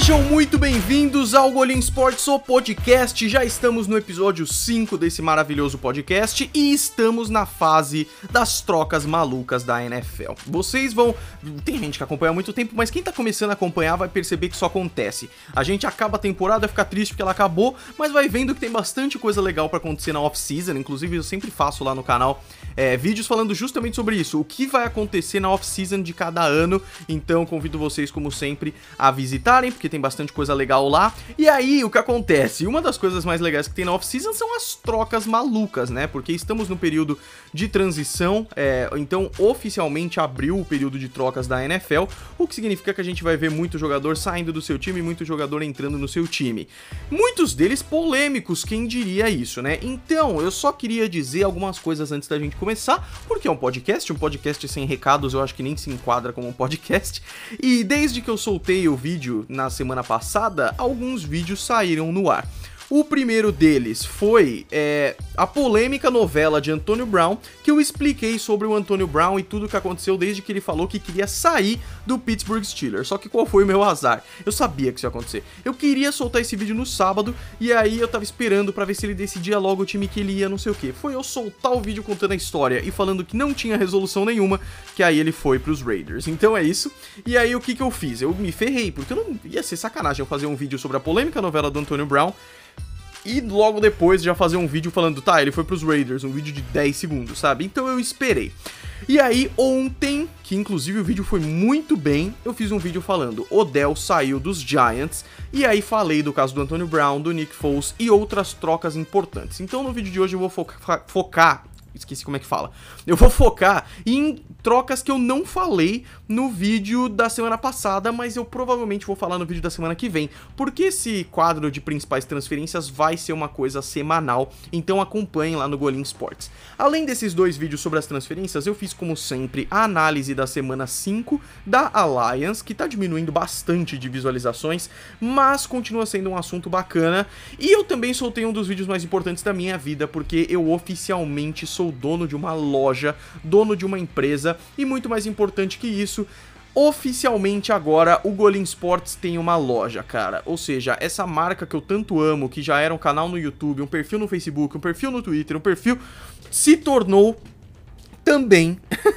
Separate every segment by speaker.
Speaker 1: Sejam muito bem-vindos ao Golim Sports, o podcast. Já estamos no episódio 5 desse maravilhoso podcast e estamos na fase das trocas malucas da NFL. Vocês vão... Tem gente que acompanha há muito tempo, mas quem tá começando a acompanhar vai perceber que isso acontece. A gente acaba a temporada, fica triste porque ela acabou, mas vai vendo que tem bastante coisa legal pra acontecer na off-season. Inclusive eu sempre faço lá no canal vídeos falando justamente sobre isso, o que vai acontecer na off-season de cada ano. Então convido vocês, como sempre, a visitarem, porque tem bastante coisa legal lá. E aí, o que acontece? Uma das coisas mais legais que tem na off-season são as trocas malucas, né? Porque estamos no período de transição, então oficialmente abriu o período de trocas da NFL, o que significa que a gente vai ver muito jogador saindo do seu time e muito jogador entrando no seu time. Muitos deles polêmicos, quem diria isso, né? Então, eu só queria dizer algumas coisas antes da gente começar, porque é um podcast sem recados eu acho que nem se enquadra como um podcast, e desde que eu soltei o vídeo na semana passada, alguns vídeos saíram no ar. O primeiro deles foi a polêmica novela de Antonio Brown, que eu expliquei sobre o Antonio Brown e tudo que aconteceu desde que ele falou que queria sair do Pittsburgh Steelers. Só que qual foi o meu azar? Eu sabia que isso ia acontecer. Eu queria soltar esse vídeo no sábado, e aí eu tava esperando pra ver se ele decidia logo o time que ele ia, não sei o que. Foi eu soltar o vídeo contando a história e falando que não tinha resolução nenhuma, que aí ele foi pros Raiders. Então é isso. E aí o que eu fiz? Eu me ferrei, porque eu não ia ser sacanagem eu fazer um vídeo sobre a polêmica novela do Antonio Brown e logo depois já fazer um vídeo falando, tá, ele foi pros Raiders, um vídeo de 10 segundos, sabe? Então eu esperei. E aí ontem, que inclusive o vídeo foi muito bem, eu fiz um vídeo falando, Odell saiu dos Giants, e aí falei do caso do Antonio Brown, do Nick Foles e outras trocas importantes. Então no vídeo de hoje eu vou focar... Esqueci como é que fala. Eu vou focar em trocas que eu não falei no vídeo da semana passada, mas eu provavelmente vou falar no vídeo da semana que vem, porque esse quadro de principais transferências vai ser uma coisa semanal, então acompanhem lá no Golim Sports. Além desses dois vídeos sobre as transferências, eu fiz, como sempre, a análise da semana 5 da Alliance, que tá diminuindo bastante de visualizações, mas continua sendo um assunto bacana, e eu também soltei um dos vídeos mais importantes da minha vida, porque eu oficialmente sou dono de uma loja, dono de uma empresa, e muito mais importante que isso, oficialmente agora o Golim Sports tem uma loja, cara. Ou seja, essa marca que eu tanto amo, que já era um canal no YouTube, um perfil no Facebook, um perfil no Twitter, um perfil, se tornou também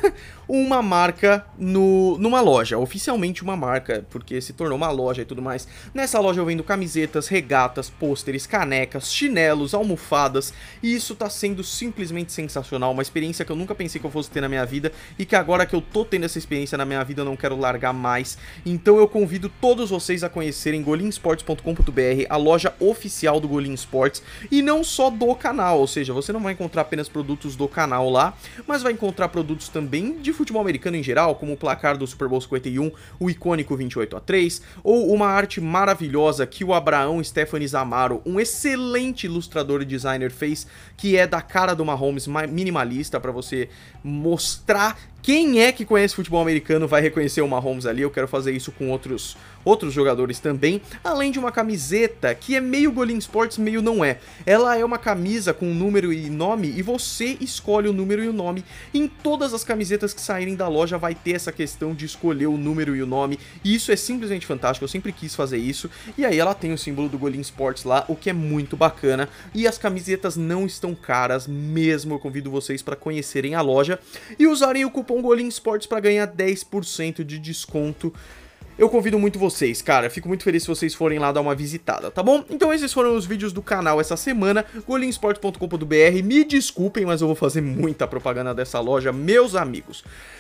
Speaker 1: uma marca numa loja, oficialmente uma marca, porque se tornou uma loja e tudo mais. Nessa loja eu vendo camisetas, regatas, pôsteres, canecas, chinelos, almofadas, e isso tá sendo simplesmente sensacional, uma experiência que eu nunca pensei que eu fosse ter na minha vida, e que agora que eu tô tendo essa experiência na minha vida eu não quero largar mais. Então eu convido todos vocês a conhecerem golimsports.com.br, a loja oficial do Golim Sports, e não só do canal, ou seja, você não vai encontrar apenas produtos do canal lá, mas vai encontrar produtos também de futebol americano em geral, como o placar do Super Bowl 51, o icônico 28-3, ou uma arte maravilhosa que o Abraão Stephanie Zamaro, um excelente ilustrador e designer, fez, que é da cara do Mahomes, minimalista, para você mostrar. Quem é que conhece futebol americano vai reconhecer o Mahomes ali. Eu quero fazer isso com outros jogadores também, além de uma camiseta que é meio Golim Sports, meio não é. Ela é uma camisa com número e nome, e você escolhe o número e o nome. Em todas as camisetas que saírem da loja vai ter essa questão de escolher o número e o nome, e isso é simplesmente fantástico, eu sempre quis fazer isso. E aí ela tem o símbolo do Golim Sports lá, o que é muito bacana, e as camisetas não estão caras mesmo. Eu convido vocês para conhecerem a loja e usarem o cupom Golim Sports para ganhar 10% de desconto. Eu convido muito vocês, cara, fico muito feliz se vocês forem lá dar uma visitada, tá bom? Então esses foram os vídeos do canal essa semana, golimsports.com.br, me desculpem, mas eu vou fazer muita propaganda dessa loja, meus amigos.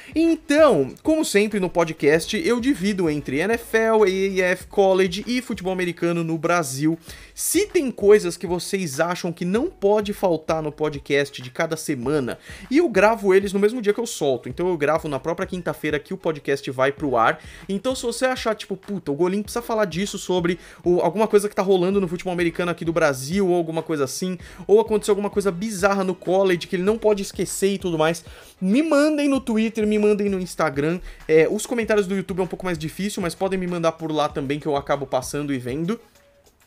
Speaker 1: Então, como sempre no podcast, eu divido entre NFL, AAF, College e futebol americano no Brasil. Se tem coisas que vocês acham que não pode faltar no podcast de cada semana, e eu gravo eles no mesmo dia que eu solto, então eu gravo na própria quinta-feira que o podcast vai pro ar. Então se você achar, tipo, puta, o Golim precisa falar disso sobre alguma coisa que tá rolando no futebol americano aqui do Brasil, ou alguma coisa assim, ou aconteceu alguma coisa bizarra no college que ele não pode esquecer e tudo mais, me mandem no Twitter, me mandem no Instagram. Os comentários do YouTube é um pouco mais difícil, mas podem me mandar por lá também, que eu acabo passando e vendo.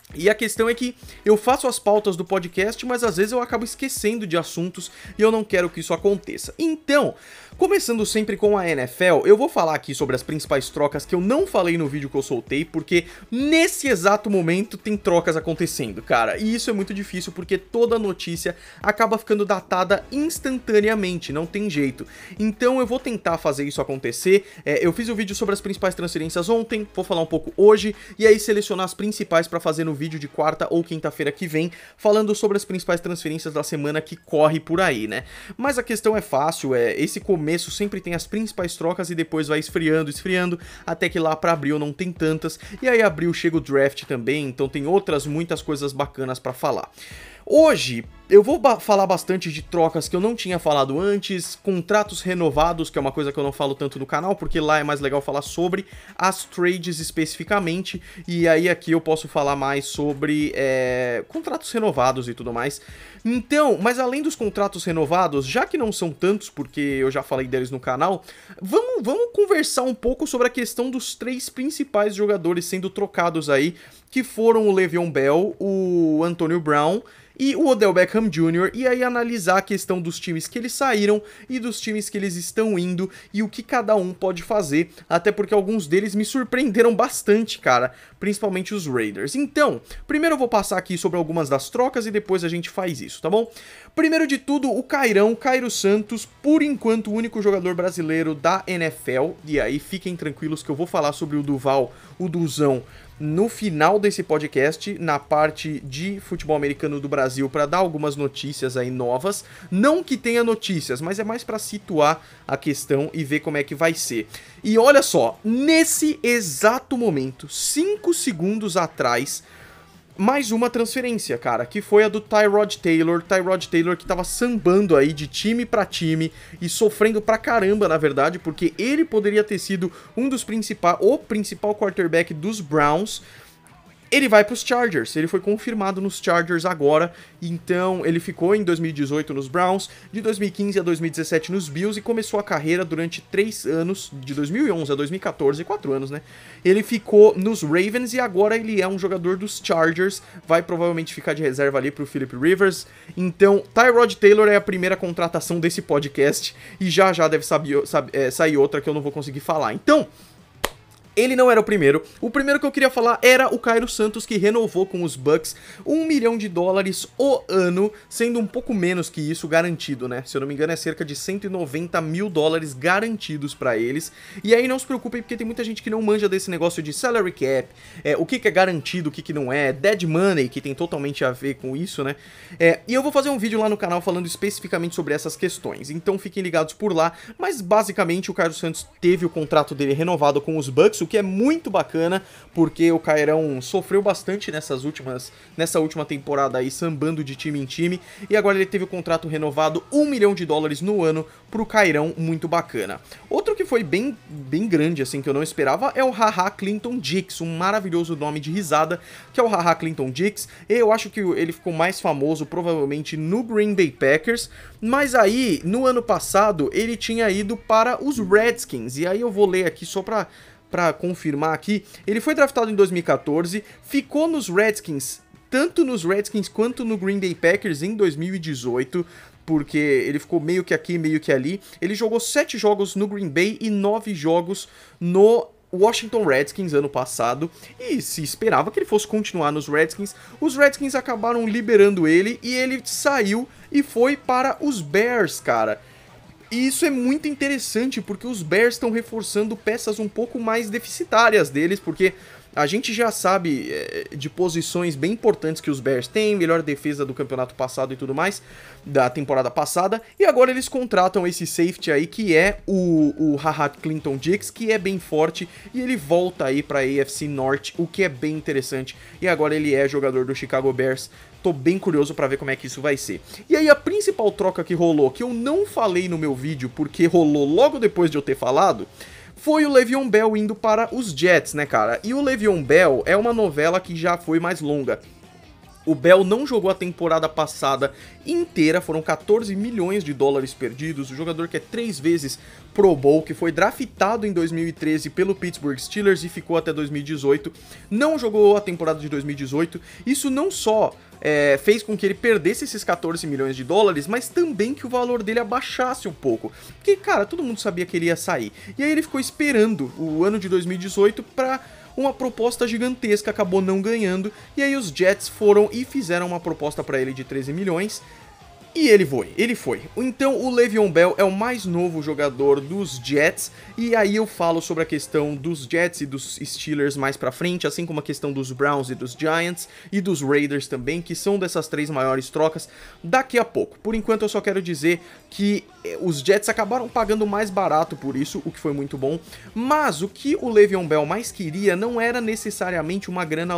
Speaker 1: E a questão é que eu faço as pautas do podcast, mas às vezes eu acabo esquecendo de assuntos e eu não quero que isso aconteça. Então, começando sempre com a NFL, eu vou falar aqui sobre as principais trocas que eu não falei no vídeo que eu soltei, porque nesse exato momento tem trocas acontecendo, cara. E isso é muito difícil porque toda notícia acaba ficando datada instantaneamente, não tem jeito. Então eu vou tentar fazer isso acontecer. Eu fiz o vídeo sobre as principais transferências ontem, vou falar um pouco hoje, e aí selecionar as principais para fazer no vídeo de quarta ou quinta-feira que vem, falando sobre as principais transferências da semana que corre por aí, né? Mas a questão é fácil, esse começo sempre tem as principais trocas e depois vai esfriando, até que lá pra abril não tem tantas, e aí abril chega o draft também, então tem muitas coisas bacanas pra falar. Hoje eu vou falar bastante de trocas que eu não tinha falado antes, contratos renovados, que é uma coisa que eu não falo tanto no canal, porque lá é mais legal falar sobre as trades especificamente, e aí aqui eu posso falar mais sobre contratos renovados e tudo mais. Então, mas além dos contratos renovados, já que não são tantos, porque eu já falei deles no canal, vamos conversar um pouco sobre a questão dos 3 principais jogadores sendo trocados aí, que foram o Le'Veon Bell, o Antonio Brown e o Odell Beckham Jr., e aí analisar a questão dos times que eles saíram e dos times que eles estão indo e o que cada um pode fazer, até porque alguns deles me surpreenderam bastante, cara, principalmente os Raiders. Então, primeiro eu vou passar aqui sobre algumas das trocas e depois a gente faz isso, tá bom? Primeiro de tudo, o Cairo Santos, por enquanto o único jogador brasileiro da NFL, e aí fiquem tranquilos que eu vou falar sobre o Duval, o Duzão, no final desse podcast, na parte de futebol americano do Brasil, para dar algumas notícias aí novas. Não que tenha notícias, mas é mais para situar a questão e ver como é que vai ser. E olha só, nesse exato momento, 5 segundos atrás, mais uma transferência, cara, que foi a do Tyrod Taylor que tava sambando aí de time pra time e sofrendo pra caramba, na verdade, porque ele poderia ter sido o principal quarterback dos Browns. Ele vai para os Chargers, ele foi confirmado nos Chargers agora, então ele ficou em 2018 nos Browns, de 2015 a 2017 nos Bills e começou a carreira durante 3 anos, de 2011 a 2014, 4 anos, né? Ele ficou nos Ravens e agora ele é um jogador dos Chargers, vai provavelmente ficar de reserva ali pro Philip Rivers. Então, Tyrod Taylor é a primeira contratação desse podcast e já deve sair outra que eu não vou conseguir falar. Então, ele não era o primeiro. O primeiro que eu queria falar era o Cairo Santos, que renovou com os Bucks $1 milhão o ano, sendo um pouco menos que isso garantido, né? Se eu não me engano é cerca de $190 mil garantidos pra eles. E aí não se preocupem porque tem muita gente que não manja desse negócio de salary cap, o que é garantido, o que não é, dead money, que tem totalmente a ver com isso, né? E eu vou fazer um vídeo lá no canal falando especificamente sobre essas questões, então fiquem ligados por lá. Mas basicamente o Cairo Santos teve o contrato dele renovado com os Bucks, o que é muito bacana, porque o Cairão sofreu bastante nessa última temporada aí, sambando de time em time, e agora ele teve o contrato renovado, $1 milhão no ano pro Cairão, muito bacana. Outro que foi bem grande, assim, que eu não esperava, é o HaHa Clinton-Dix, um maravilhoso nome de risada, que é o HaHa Clinton-Dix. Eu acho que ele ficou mais famoso, provavelmente, no Green Bay Packers, mas aí, no ano passado, ele tinha ido para os Redskins, e aí eu vou ler aqui só pra confirmar aqui. Ele foi draftado em 2014, ficou nos Redskins, tanto nos Redskins quanto no Green Bay Packers em 2018, porque ele ficou meio que aqui, meio que ali. Ele jogou 7 jogos no Green Bay e 9 jogos no Washington Redskins ano passado, e se esperava que ele fosse continuar nos Redskins. Os Redskins acabaram liberando ele e ele saiu e foi para os Bears, cara. E isso é muito interessante, porque os Bears estão reforçando peças um pouco mais deficitárias deles, porque a gente já sabe de posições bem importantes que os Bears têm, melhor defesa do campeonato passado e tudo mais, da temporada passada, e agora eles contratam esse safety aí, que é o HaHa Clinton-Dix, que é bem forte, e ele volta aí pra AFC Norte, o que é bem interessante, e agora ele é jogador do Chicago Bears. Tô bem curioso pra ver como é que isso vai ser. E aí a principal troca que rolou, que eu não falei no meu vídeo, porque rolou logo depois de eu ter falado, foi o Le'Veon Bell indo para os Jets, né, cara? E o Le'Veon Bell é uma novela que já foi mais longa. O Bell não jogou a temporada passada inteira, foram 14 milhões de dólares perdidos. O jogador que é 3 vezes Pro Bowl, que foi draftado em 2013 pelo Pittsburgh Steelers e ficou até 2018, não jogou a temporada de 2018. Isso não só fez com que ele perdesse esses 14 milhões de dólares, mas também que o valor dele abaixasse um pouco. Porque, cara, todo mundo sabia que ele ia sair. E aí ele ficou esperando o ano de 2018 pra uma proposta gigantesca, acabou não ganhando, e aí os Jets foram e fizeram uma proposta pra ele de 13 milhões, e ele foi. Então o Le'Veon Bell é o mais novo jogador dos Jets, e aí eu falo sobre a questão dos Jets e dos Steelers mais pra frente, assim como a questão dos Browns e dos Giants, e dos Raiders também, que são dessas 3 maiores trocas, daqui a pouco. Por enquanto eu só quero dizer que os Jets acabaram pagando mais barato por isso, o que foi muito bom, mas o que o Le'Veon Bell mais queria não era necessariamente uma grana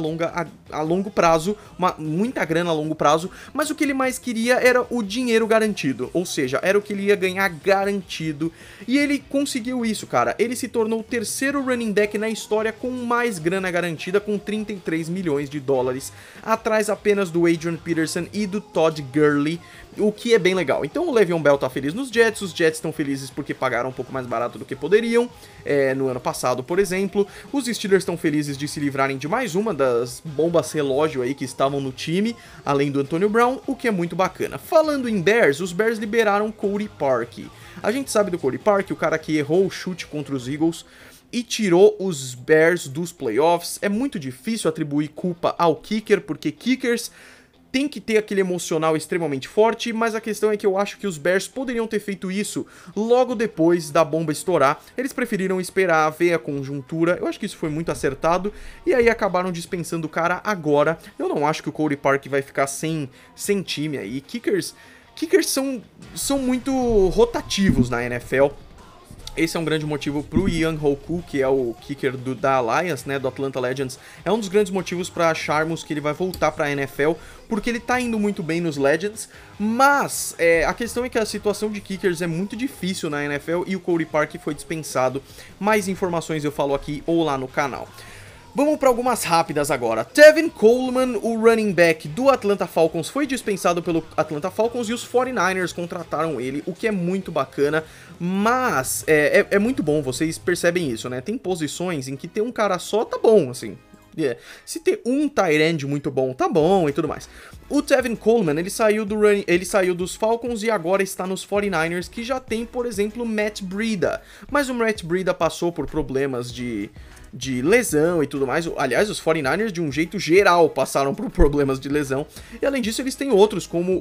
Speaker 1: a longo prazo, muita grana a longo prazo, mas o que ele mais queria era o dinheiro garantido, ou seja, era o que ele ia ganhar garantido, e ele conseguiu isso, cara. Ele se tornou o terceiro running back na história com mais grana garantida, com 33 milhões de dólares, atrás apenas do Adrian Peterson e do Todd Gurley, o que é bem legal. Então o Le'Veon Bell tá feliz nos Jets, os Jets estão felizes porque pagaram um pouco mais barato do que poderiam, no ano passado, por exemplo. Os Steelers estão felizes de se livrarem de mais uma das bombas relógio aí que estavam no time, além do Antonio Brown, o que é muito bacana. Falando em Bears, os Bears liberaram Cody Parkey. A gente sabe do Cody Parkey, o cara que errou o chute contra os Eagles e tirou os Bears dos playoffs. É muito difícil atribuir culpa ao kicker, porque kickers tem que ter aquele emocional extremamente forte, mas a questão é que eu acho que os Bears poderiam ter feito isso logo depois da bomba estourar. Eles preferiram esperar, ver a conjuntura, eu acho que isso foi muito acertado, e aí acabaram dispensando o cara agora. Eu não acho que o Cody Parkey vai ficar sem time aí. Kickers são muito rotativos na NFL. Esse é um grande motivo pro Ian Hoku, que é o kicker da Alliance, né, do Atlanta Legends. É um dos grandes motivos para acharmos que ele vai voltar pra NFL, porque ele tá indo muito bem nos Legends, mas a questão é que a situação de kickers é muito difícil na NFL e o Cody Parkey foi dispensado. Mais informações eu falo aqui ou lá no canal. Vamos para algumas rápidas agora. Tevin Coleman, o running back do Atlanta Falcons, foi dispensado pelo Atlanta Falcons e os 49ers contrataram ele, o que é muito bacana, mas é muito bom, vocês percebem isso, né? Tem posições em que ter um cara só tá bom, assim. Se ter um tight end muito bom, tá bom e tudo mais. O Tevin Coleman, ele saiu dos Falcons e agora está nos 49ers, que já tem, por exemplo, Matt Breida. Mas o Matt Breida passou por problemas de lesão e tudo mais. Aliás, os 49ers, de um jeito geral, passaram por problemas de lesão. E além disso, eles têm outros, como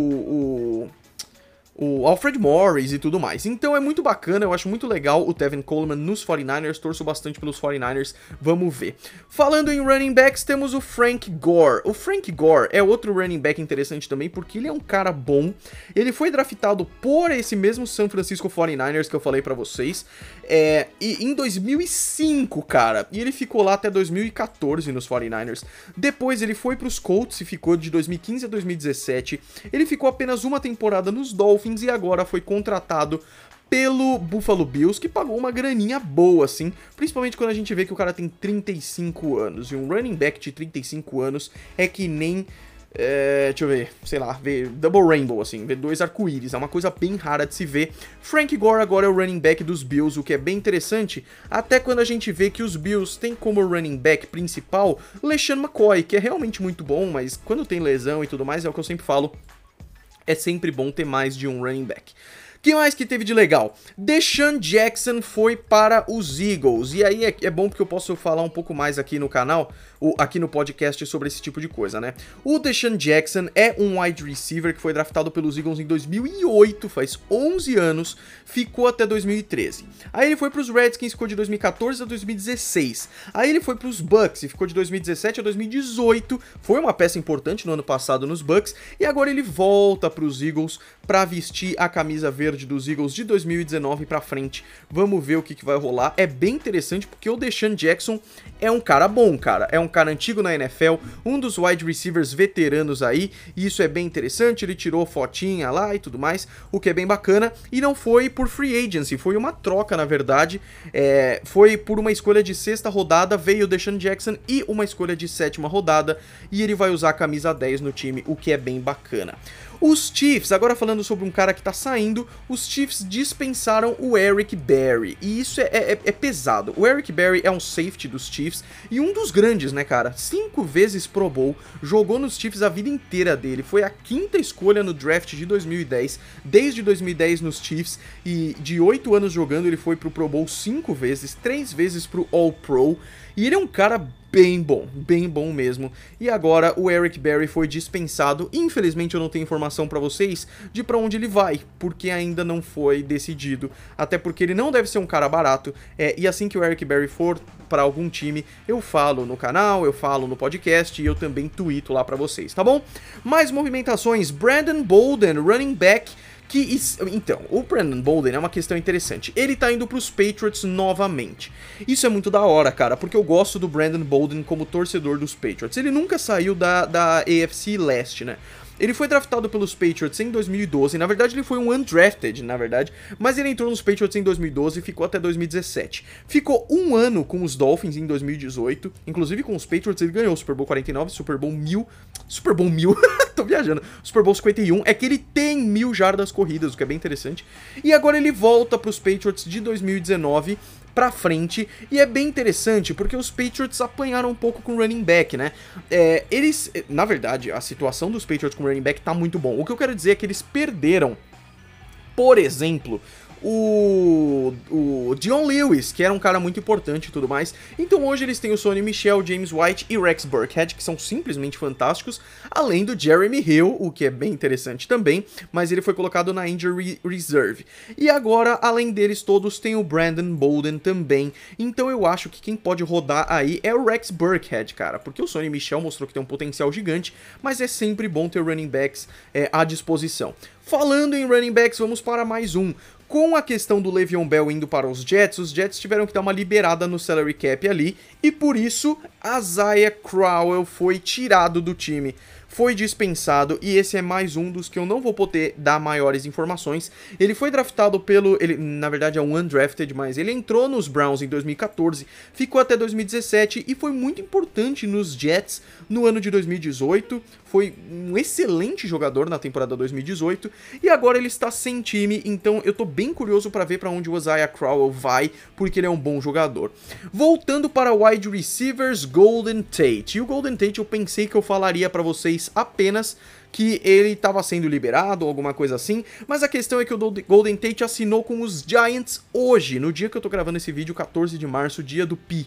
Speaker 1: o Alfred Morris e tudo mais. Então é muito bacana, eu acho muito legal o Tevin Coleman nos 49ers, torço bastante pelos 49ers, vamos ver. Falando em running backs, temos o Frank Gore. O Frank Gore é outro running back interessante também, porque ele é um cara bom. Ele foi draftado por esse mesmo San Francisco 49ers que eu falei pra vocês, e em 2005, cara, e ele ficou lá até 2014 nos 49ers. Depois ele foi pros Colts e ficou de 2015 a 2017. Ele ficou apenas uma temporada nos Dolphins e agora foi contratado pelo Buffalo Bills, que pagou uma graninha boa, assim, principalmente quando a gente vê que o cara tem 35 anos, e um running back de 35 anos é que nem, deixa eu ver, sei lá, ver Double Rainbow, assim, ver 2 arco-íris, é uma coisa bem rara de se ver. Frank Gore agora é o running back dos Bills, o que é bem interessante, até quando a gente vê que os Bills têm como running back principal LeSean McCoy, que é realmente muito bom, mas quando tem lesão e tudo mais, é o que eu sempre falo, é sempre bom ter mais de um running back. Quem mais que teve de legal? DeSean Jackson foi para os Eagles. E aí é bom porque eu posso falar um pouco mais aqui no canal, aqui no podcast, sobre esse tipo de coisa, né? O DeSean Jackson é um wide receiver que foi draftado pelos Eagles em 2008, faz 11 anos, ficou até 2013. Aí ele foi para os Redskins, ficou de 2014 a 2016. Aí ele foi para os Bucks e ficou de 2017 a 2018. Foi uma peça importante no ano passado nos Bucks. E agora ele volta para os Eagles para vestir a camisa verde verde dos Eagles de 2019 pra frente. Vamos ver o que vai rolar. É bem interessante porque o Deshaun Jackson é um cara bom, cara. É um cara antigo na NFL, um dos wide receivers veteranos aí, e isso é bem interessante. Ele tirou fotinha lá e tudo mais, o que é bem bacana. E não foi por free agency, foi uma troca, na verdade. Foi por uma escolha de 6ª rodada, veio o Deshaun Jackson e uma escolha de 7ª rodada, e ele vai usar a camisa 10 no time, o que é bem bacana. Os Chiefs, agora falando sobre um cara que tá saindo, os Chiefs dispensaram o Eric Berry, e isso é pesado. O Eric Berry é um safety dos Chiefs, e um dos grandes, né, cara? 5 vezes Pro Bowl, jogou nos Chiefs a vida inteira dele, foi a 5ª escolha no draft de 2010, desde 2010 nos Chiefs, e de 8 anos jogando ele foi pro Pro Bowl 5 vezes, 3 vezes pro All-Pro, e ele é um cara bem bom mesmo. E agora o Eric Berry foi dispensado. Infelizmente eu não tenho informação pra vocês de pra onde ele vai, porque ainda não foi decidido. Até porque ele não deve ser um cara barato. E assim que o Eric Berry for pra algum time, eu falo no canal, eu falo no podcast e eu também tuito lá pra vocês, tá bom? Mais movimentações. Brandon Bolden, running back. Então, o Brandon Bolden é uma questão interessante. Ele tá indo pros Patriots novamente. Isso é muito da hora, cara, porque eu gosto do Brandon Bolden como torcedor dos Patriots. Ele nunca saiu da AFC Leste, né? Ele foi draftado pelos Patriots em 2012, na verdade ele foi um undrafted, na verdade, mas ele entrou nos Patriots em 2012 e ficou até 2017. Ficou um ano com os Dolphins em 2018, inclusive com os Patriots ele ganhou o Super Bowl 49, Super Bowl 1000, tô viajando, Super Bowl 51, é que ele tem 1000 jardas corridas, o que é bem interessante, e agora ele volta para os Patriots de 2019 pra frente, e é bem interessante, porque os Patriots apanharam um pouco com o running back, né? Na verdade, a situação dos Patriots com o running back tá muito bom. O que eu quero dizer é que eles perderam, por exemplo, o Dion Lewis, que era um cara muito importante e tudo mais. Então hoje eles têm o Sonny Michel, James White e Rex Burkhead, que são simplesmente fantásticos, além do Jeremy Hill, o que é bem interessante também, mas ele foi colocado na Injury Reserve. E agora, além deles todos, tem o Brandon Bolden também. Então eu acho que quem pode rodar aí é o Rex Burkhead, cara, porque o Sonny Michel mostrou que tem um potencial gigante, mas é sempre bom ter running backs à disposição. Falando em running backs, vamos para mais um. Com a questão do Le'Veon Bell indo para os Jets tiveram que dar uma liberada no salary cap ali, e por isso, Isaiah Crowell foi tirado do time. Foi dispensado, e esse é mais um dos que eu não vou poder dar maiores informações. Ele foi draftado na verdade é um undrafted, mas ele entrou nos Browns em 2014, ficou até 2017 e foi muito importante nos Jets no ano de 2018. Foi um excelente jogador na temporada 2018 e agora ele está sem time, então eu tô bem curioso para ver para onde o Isaiah Crowell vai, porque ele é um bom jogador. Voltando para wide receivers, Golden Tate. E o Golden Tate eu pensei que eu falaria para vocês apenas que ele estava sendo liberado ou alguma coisa assim, mas a questão é que o Golden Tate assinou com os Giants hoje, no dia que eu tô gravando esse vídeo, 14 de março, dia do Pi.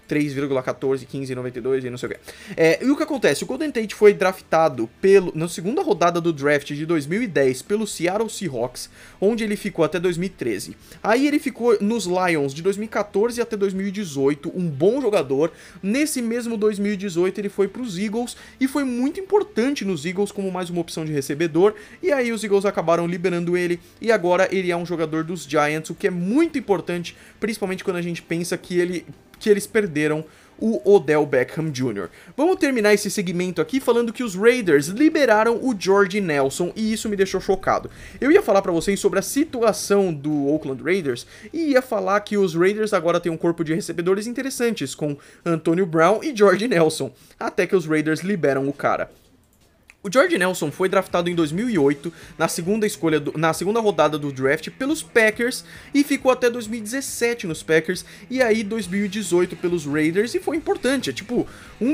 Speaker 1: 3,14, 15,92 e não sei o que. E o que acontece? O Golden Tate foi draftado na segunda rodada do draft de 2010 pelo Seattle Seahawks, onde ele ficou até 2013. Aí ele ficou nos Lions de 2014 até 2018, um bom jogador. Nesse mesmo 2018 ele foi para os Eagles e foi muito importante nos Eagles como mais uma opção de recebedor. E aí os Eagles acabaram liberando ele e agora ele é um jogador dos Giants, o que é muito importante, principalmente quando a gente pensa que eles perderam o Odell Beckham Jr. Vamos terminar esse segmento aqui falando que os Raiders liberaram o Jordy Nelson e isso me deixou chocado. Eu ia falar pra vocês sobre a situação do Oakland Raiders e ia falar que os Raiders agora têm um corpo de recebedores interessantes com Antonio Brown e Jordy Nelson, até que os Raiders liberam o cara. O Jordy Nelson foi draftado em 2008, na segunda rodada do draft pelos Packers e ficou até 2017 nos Packers e aí 2018 pelos Raiders e foi importante, é tipo uma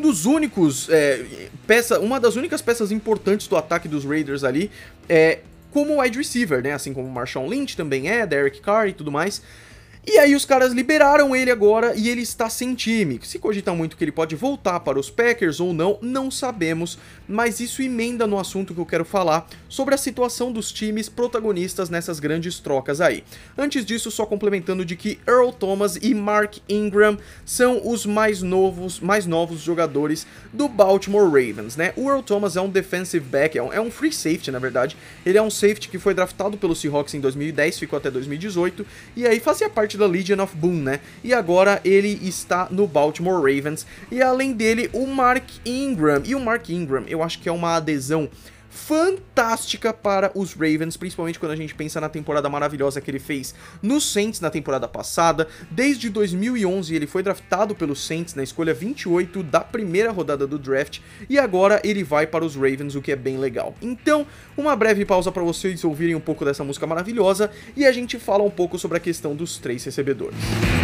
Speaker 1: das únicas peças importantes do ataque dos Raiders ali como wide receiver, né, assim como o Marshawn Lynch também Derek Carr e tudo mais. E aí os caras liberaram ele agora e ele está sem time. Se cogita muito que ele pode voltar para os Packers ou não, não sabemos, mas isso emenda no assunto que eu quero falar sobre a situação dos times protagonistas nessas grandes trocas aí. Antes disso, só complementando de que Earl Thomas e Mark Ingram são os mais novos jogadores do Baltimore Ravens, né? O Earl Thomas é um defensive back, é um free safety, na verdade. Ele é um safety que foi draftado pelo Seahawks em 2010, ficou até 2018, e aí fazia parte da Legion of Boom, né? E agora ele está no Baltimore Ravens. E além dele, o Mark Ingram. E o Mark Ingram, eu acho que é uma adesão fantástica para os Ravens, principalmente quando a gente pensa na temporada maravilhosa que ele fez no Saints na temporada passada. Desde 2011 ele foi draftado pelo Saints na escolha 28 da primeira rodada do draft e agora ele vai para os Ravens, o que é bem legal. Então, uma breve pausa para vocês ouvirem um pouco dessa música maravilhosa e a gente fala um pouco sobre a questão dos 3 recebedores.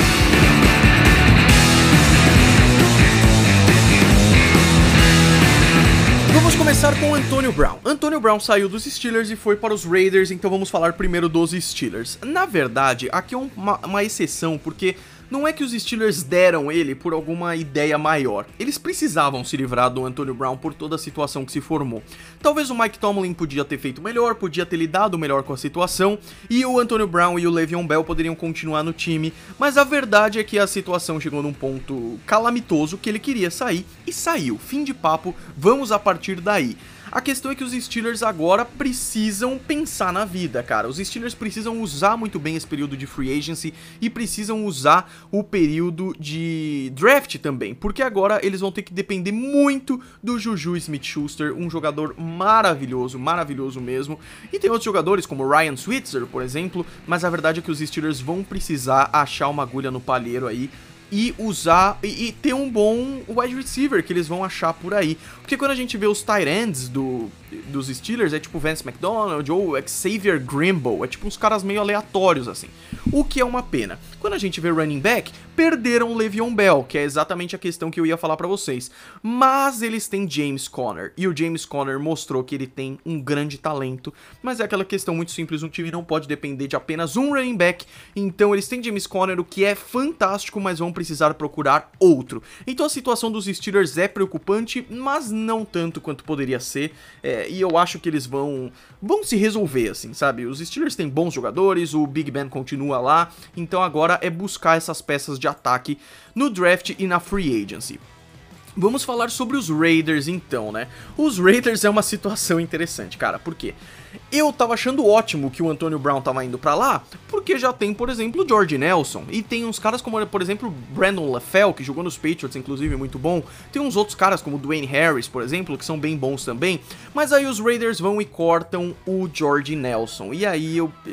Speaker 1: Vamos começar com o Antonio Brown. Antonio Brown saiu dos Steelers e foi para os Raiders, então vamos falar primeiro dos Steelers. Na verdade, aqui é uma exceção, porque não é que os Steelers deram ele por alguma ideia maior. Eles precisavam se livrar do Antonio Brown por toda a situação que se formou. Talvez o Mike Tomlin podia ter feito melhor, podia ter lidado melhor com a situação, e o Antonio Brown e o Le'Veon Bell poderiam continuar no time, mas a verdade é que a situação chegou num ponto calamitoso que ele queria sair, e saiu. Fim de papo, vamos a partir daí. A questão é que os Steelers agora precisam pensar na vida, cara. Os Steelers precisam usar muito bem esse período de free agency e precisam usar o período de draft também, porque agora eles vão ter que depender muito do Juju Smith-Schuster, um jogador maravilhoso, maravilhoso mesmo. E tem outros jogadores como o Ryan Switzer, por exemplo, mas a verdade é que os Steelers vão precisar achar uma agulha no palheiro aí e usar, e ter um bom wide receiver que eles vão achar por aí. Porque quando a gente vê os tight ends dos Steelers, é tipo Vance McDonald ou Xavier Grimble, é tipo uns caras meio aleatórios assim, o que é uma pena. Quando a gente vê running back, perderam Le'Veon Bell, que é exatamente a questão que eu ia falar pra vocês, mas eles têm James Conner, e o James Conner mostrou que ele tem um grande talento, mas é aquela questão muito simples, um time não pode depender de apenas um running back, então eles têm James Conner, o que é fantástico, mas vão precisar procurar outro. Então a situação dos Steelers é preocupante, mas não tanto quanto poderia ser, e eu acho que eles vão se resolver, assim, sabe? Os Steelers têm bons jogadores, o Big Ben continua lá, então agora é buscar essas peças de ataque no draft e na free agency. Vamos falar sobre os Raiders então, né? Os Raiders é uma situação interessante, cara, por quê? Eu tava achando ótimo que o Antonio Brown tava indo pra lá, porque já tem, por exemplo, o Jordy Nelson, e tem uns caras como, por exemplo, Brandon LaFell, que jogou nos Patriots, inclusive, muito bom. Tem uns outros caras como o Dwayne Harris, por exemplo, que são bem bons também, mas aí os Raiders vão e cortam o Jordy Nelson, e aí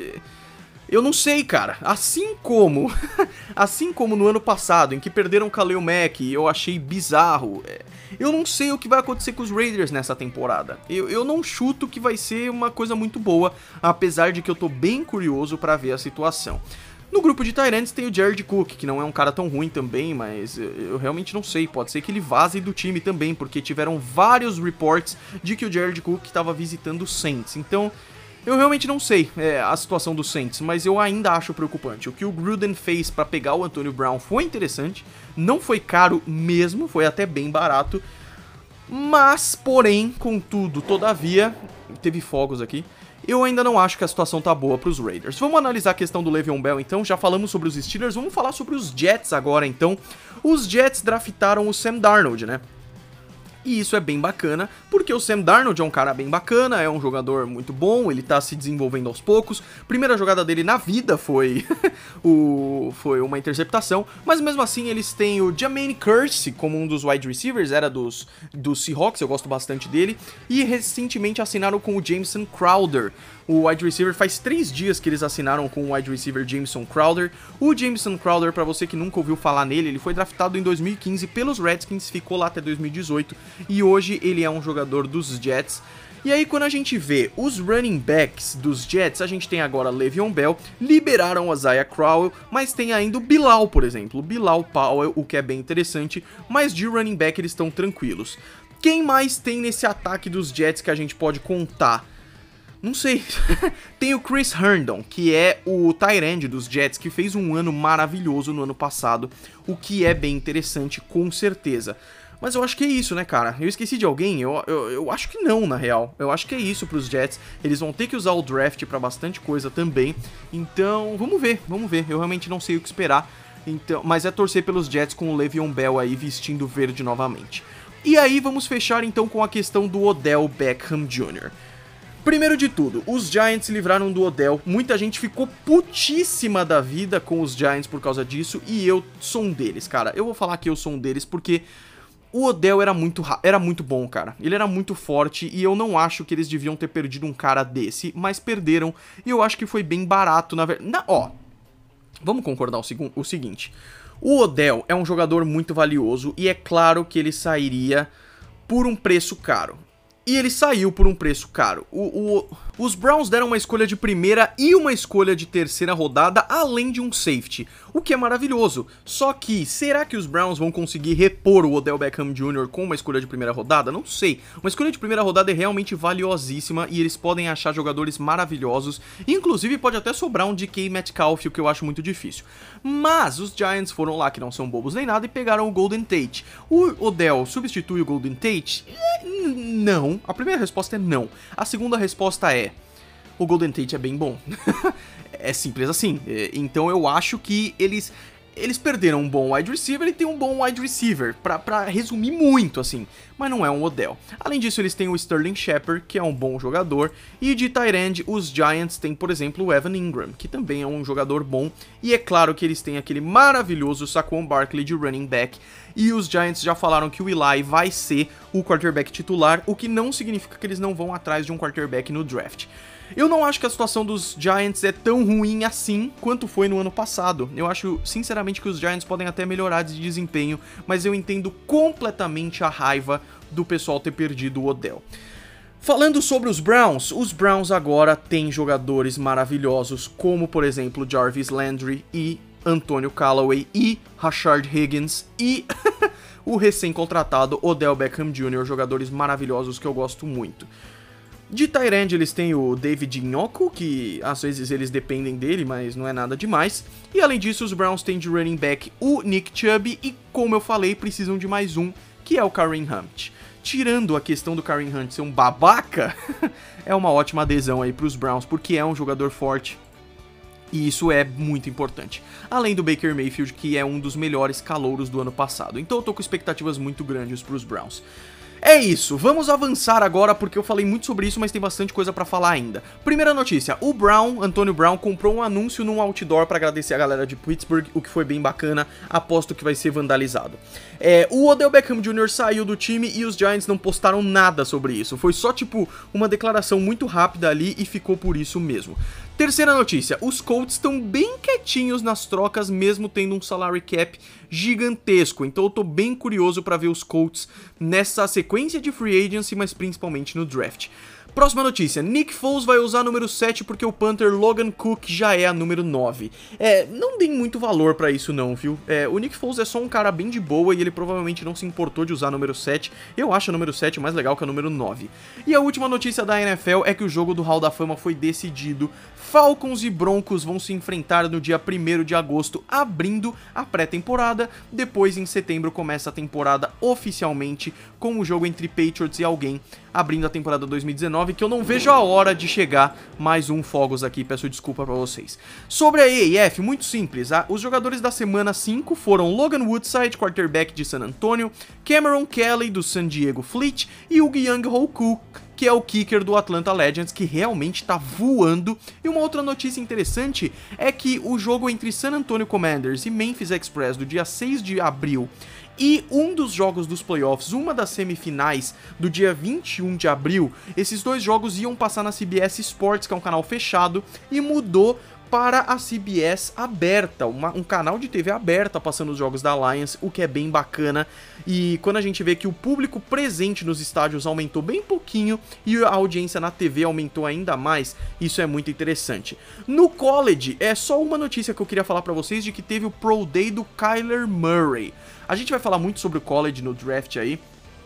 Speaker 1: eu não sei, cara, assim como no ano passado, em que perderam Khalil Mack, eu achei bizarro, eu não sei o que vai acontecer com os Raiders nessa temporada. Eu não chuto que vai ser uma coisa muito boa, apesar de que eu tô bem curioso pra ver a situação. No grupo de tight ends tem o Jared Cook, que não é um cara tão ruim também, mas eu realmente não sei, pode ser que ele vaze do time também, porque tiveram vários reports de que o Jared Cook estava visitando o Saints, então eu realmente não sei a situação do Saints, mas eu ainda acho preocupante. O que o Gruden fez para pegar o Antonio Brown foi interessante, não foi caro mesmo, foi até bem barato, mas, porém, contudo, todavia, teve fogos aqui, eu ainda não acho que a situação tá boa pros Raiders. Vamos analisar a questão do Le'Veon Bell então, já falamos sobre os Steelers, vamos falar sobre os Jets agora então. Os Jets draftaram o Sam Darnold, né? E isso é bem bacana, porque o Sam Darnold é um cara bem bacana, é um jogador muito bom, ele tá se desenvolvendo aos poucos. Primeira jogada dele na vida foi uma interceptação, mas mesmo assim eles têm o Jermaine Kearse como um dos wide receivers, era dos Seahawks, eu gosto bastante dele, e recentemente assinaram com o Jamison Crowder. O wide receiver, faz 3 dias que eles assinaram com o wide receiver Jamison Crowder. O Jamison Crowder, pra você que nunca ouviu falar nele, ele foi draftado em 2015 pelos Redskins, ficou lá até 2018 e hoje ele é um jogador dos Jets. E aí quando a gente vê os running backs dos Jets, a gente tem agora Le'Veon Bell, liberaram o Isaiah Crowell, mas tem ainda o Bilal, por exemplo, o Bilal Powell, o que é bem interessante, mas de running back eles estão tranquilos. Quem mais tem nesse ataque dos Jets que a gente pode contar? Não sei. Tem o Chris Herndon, que é o tight end dos Jets, que fez um ano maravilhoso no ano passado, o que é bem interessante, com certeza. Mas eu acho que é isso, né, cara? Eu esqueci de alguém? Eu acho que não, na real. Eu acho que é isso pros Jets. Eles vão ter que usar o draft pra bastante coisa também. Então, vamos ver, vamos ver. Eu realmente não sei o que esperar. Então, mas é torcer pelos Jets com o Le'Veon Bell aí vestindo verde novamente. E aí, vamos fechar então com a questão do Odell Beckham Jr. Primeiro de tudo, os Giants se livraram do Odell, muita gente ficou putíssima da vida com os Giants por causa disso, e eu sou um deles, cara. Eu vou falar que eu sou um deles porque o Odell era muito bom, cara. Ele era muito forte e eu não acho que eles deviam ter perdido um cara desse, mas perderam, e eu acho que foi bem barato, na verdade. Ó, vamos concordar o seguinte, o Odell é um jogador muito valioso e é claro que ele sairia por um preço caro. E ele saiu por um preço caro. Os Browns deram uma escolha de primeira e uma escolha de terceira rodada, além de um safety, o que é maravilhoso. Só que, será que os Browns vão conseguir repor o Odell Beckham Jr. com uma escolha de primeira rodada? Não sei. Uma escolha de primeira rodada é realmente valiosíssima e eles podem achar jogadores maravilhosos. Inclusive, pode até sobrar um DK Metcalf, o que eu acho muito difícil. Mas os Giants foram lá, que não são bobos nem nada, e pegaram o Golden Tate. O Odell substitui o Golden Tate? Não. A primeira resposta é não. A segunda resposta é: o Golden Tate é bem bom. É simples assim. Então eu acho que eles perderam um bom wide receiver e tem um bom wide receiver, pra resumir muito, assim, mas não é um Odell. Além disso, eles têm o Sterling Shepard, que é um bom jogador, e de tight end, os Giants têm, por exemplo, o Evan Ingram, que também é um jogador bom, e é claro que eles têm aquele maravilhoso Saquon Barkley de running back, e os Giants já falaram que o Eli vai ser o quarterback titular, o que não significa que eles não vão atrás de um quarterback no draft. Eu não acho que a situação dos Giants é tão ruim assim quanto foi no ano passado. Eu acho, sinceramente, que os Giants podem até melhorar de desempenho, mas eu entendo completamente a raiva do pessoal ter perdido o Odell. Falando sobre os Browns agora têm jogadores maravilhosos, como, por exemplo, Jarvis Landry e Antonio Callaway e Rashard Higgins e o recém-contratado Odell Beckham Jr., jogadores maravilhosos que eu gosto muito. De tight end eles têm o David Njoku, que às vezes eles dependem dele, mas não é nada demais. E além disso, os Browns têm de running back o Nick Chubb e, como eu falei, precisam de mais um, que é o Kareem Hunt. Tirando a questão do Kareem Hunt ser um babaca, é uma ótima adesão aí para os Browns, porque é um jogador forte. E isso é muito importante. Além do Baker Mayfield, que é um dos melhores calouros do ano passado. Então eu tô com expectativas muito grandes para os Browns. É isso, vamos avançar agora porque eu falei muito sobre isso, mas tem bastante coisa pra falar ainda. Primeira notícia, o Antonio Brown comprou um anúncio num outdoor pra agradecer a galera de Pittsburgh, o que foi bem bacana, aposto que vai ser vandalizado. O Odell Beckham Jr. saiu do time e os Giants não postaram nada sobre isso, foi só tipo uma declaração muito rápida ali e ficou por isso mesmo. Terceira notícia, os Colts estão bem quietinhos nas trocas, mesmo tendo um salary cap gigantesco, então eu tô bem curioso pra ver os Colts nessa sequência de free agency, mas principalmente no draft. Próxima notícia, Nick Foles vai usar número 7 porque o punter Logan Cook já é a número 9. Não deem muito valor pra isso não, viu? O Nick Foles é só um cara bem de boa e ele provavelmente não se importou de usar número 7. Eu acho o número 7 mais legal que o número 9. E a última notícia da NFL é que o jogo do Hall da Fama foi decidido. Falcons e Broncos vão se enfrentar no dia 1º de agosto, abrindo a pré-temporada. Depois, em setembro, começa a temporada oficialmente, com o jogo entre Patriots e alguém, abrindo a temporada 2019, que eu não vejo a hora de chegar. Mais um fogos aqui, peço desculpa pra vocês. Sobre a AAF, muito simples, os jogadores da semana 5 foram Logan Woodside, quarterback de San Antonio, Cameron Kelly, do San Diego Fleet, e o Young-Ho Koo, que é o kicker do Atlanta Legends, que realmente tá voando. E uma outra notícia interessante é que o jogo entre San Antonio Commanders e Memphis Express do dia 6 de abril e um dos jogos dos playoffs, uma das semifinais do dia 21 de abril, esses dois jogos iam passar na CBS Sports, que é um canal fechado, e mudou para a CBS aberta, um canal de TV aberta passando os jogos da Alliance, o que é bem bacana. E quando a gente vê que o público presente nos estádios aumentou bem pouquinho e a audiência na TV aumentou ainda mais, isso é muito interessante. No college, é só uma notícia que eu queria falar para vocês, de que teve o Pro Day do Kyler Murray. A gente vai falar muito sobre o college no draft aí,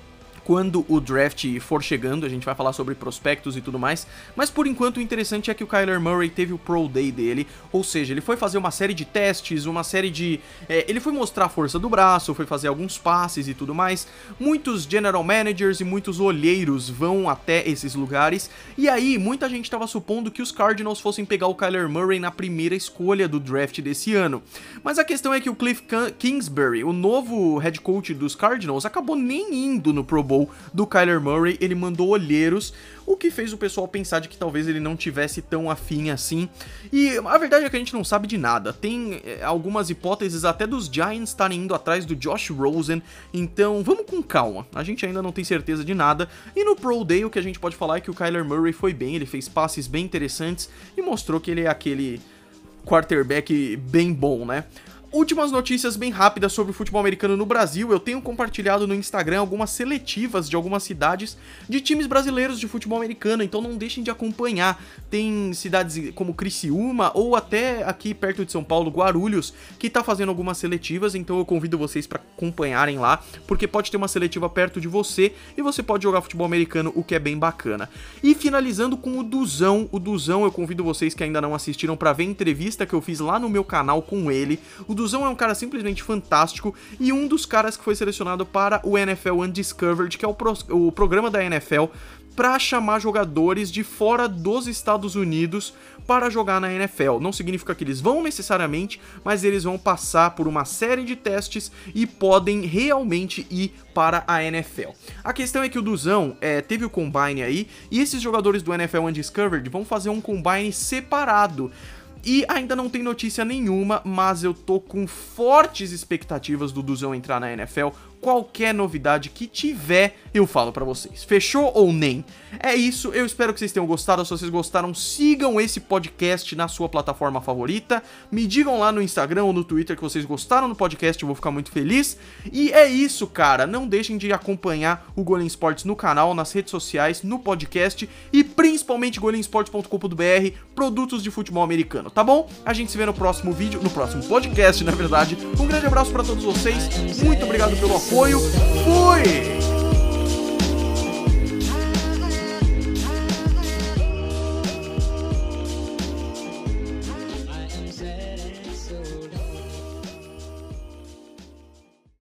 Speaker 1: quando o draft for chegando, a gente vai falar sobre prospectos e tudo mais, mas por enquanto o interessante é que o Kyler Murray teve o Pro Day dele, ou seja, ele foi fazer uma série de testes, uma série de... ele foi mostrar a força do braço, foi fazer alguns passes e tudo mais. Muitos general managers e muitos olheiros vão até esses lugares, e aí muita gente estava supondo que os Cardinals fossem pegar o Kyler Murray na primeira escolha do draft desse ano, mas a questão é que o Cliff Kingsbury, o novo head coach dos Cardinals, acabou nem indo no Pro Bowl do Kyler Murray, ele mandou olheiros, o que fez o pessoal pensar de que talvez ele não tivesse tão afim assim, e a verdade é que a gente não sabe de nada. Tem algumas hipóteses até dos Giants estarem indo atrás do Josh Rosen, então vamos com calma, a gente ainda não tem certeza de nada, e no Pro Day o que a gente pode falar é que o Kyler Murray foi bem, ele fez passes bem interessantes e mostrou que ele é aquele quarterback bem bom, né? Últimas notícias bem rápidas sobre o futebol americano no Brasil. Eu tenho compartilhado no Instagram algumas seletivas de algumas cidades de times brasileiros de futebol americano, então não deixem de acompanhar. Tem cidades como Criciúma ou até aqui perto de São Paulo, Guarulhos, que tá fazendo algumas seletivas, então eu convido vocês para acompanharem lá, porque pode ter uma seletiva perto de você e você pode jogar futebol americano, o que é bem bacana. E finalizando com o Duzão, eu convido vocês que ainda não assistiram para ver a entrevista que eu fiz lá no meu canal com ele. O Duzão é um cara simplesmente fantástico e um dos caras que foi selecionado para o NFL Undiscovered, que é o programa da NFL para chamar jogadores de fora dos Estados Unidos para jogar na NFL. Não significa que eles vão necessariamente, mas eles vão passar por uma série de testes e podem realmente ir para a NFL. A questão é que o Duzão teve o combine aí, e esses jogadores do NFL Undiscovered vão fazer um combine separado. E ainda não tem notícia nenhuma, mas eu tô com fortes expectativas do Duzão entrar na NFL. Qualquer novidade que tiver, eu falo pra vocês. Fechou ou nem? É isso, eu espero que vocês tenham gostado. Se vocês gostaram, sigam esse podcast na sua plataforma favorita. Me digam lá no Instagram ou no Twitter que vocês gostaram do podcast, eu vou ficar muito feliz. E é isso, cara. Não deixem de acompanhar o Golim Sports no canal, nas redes sociais, no podcast e principalmente golimsports.com.br, produtos de futebol americano, tá bom? A gente se vê no próximo vídeo, no próximo podcast, na verdade. Um grande abraço pra todos vocês, muito obrigado pelo apoio. Fui!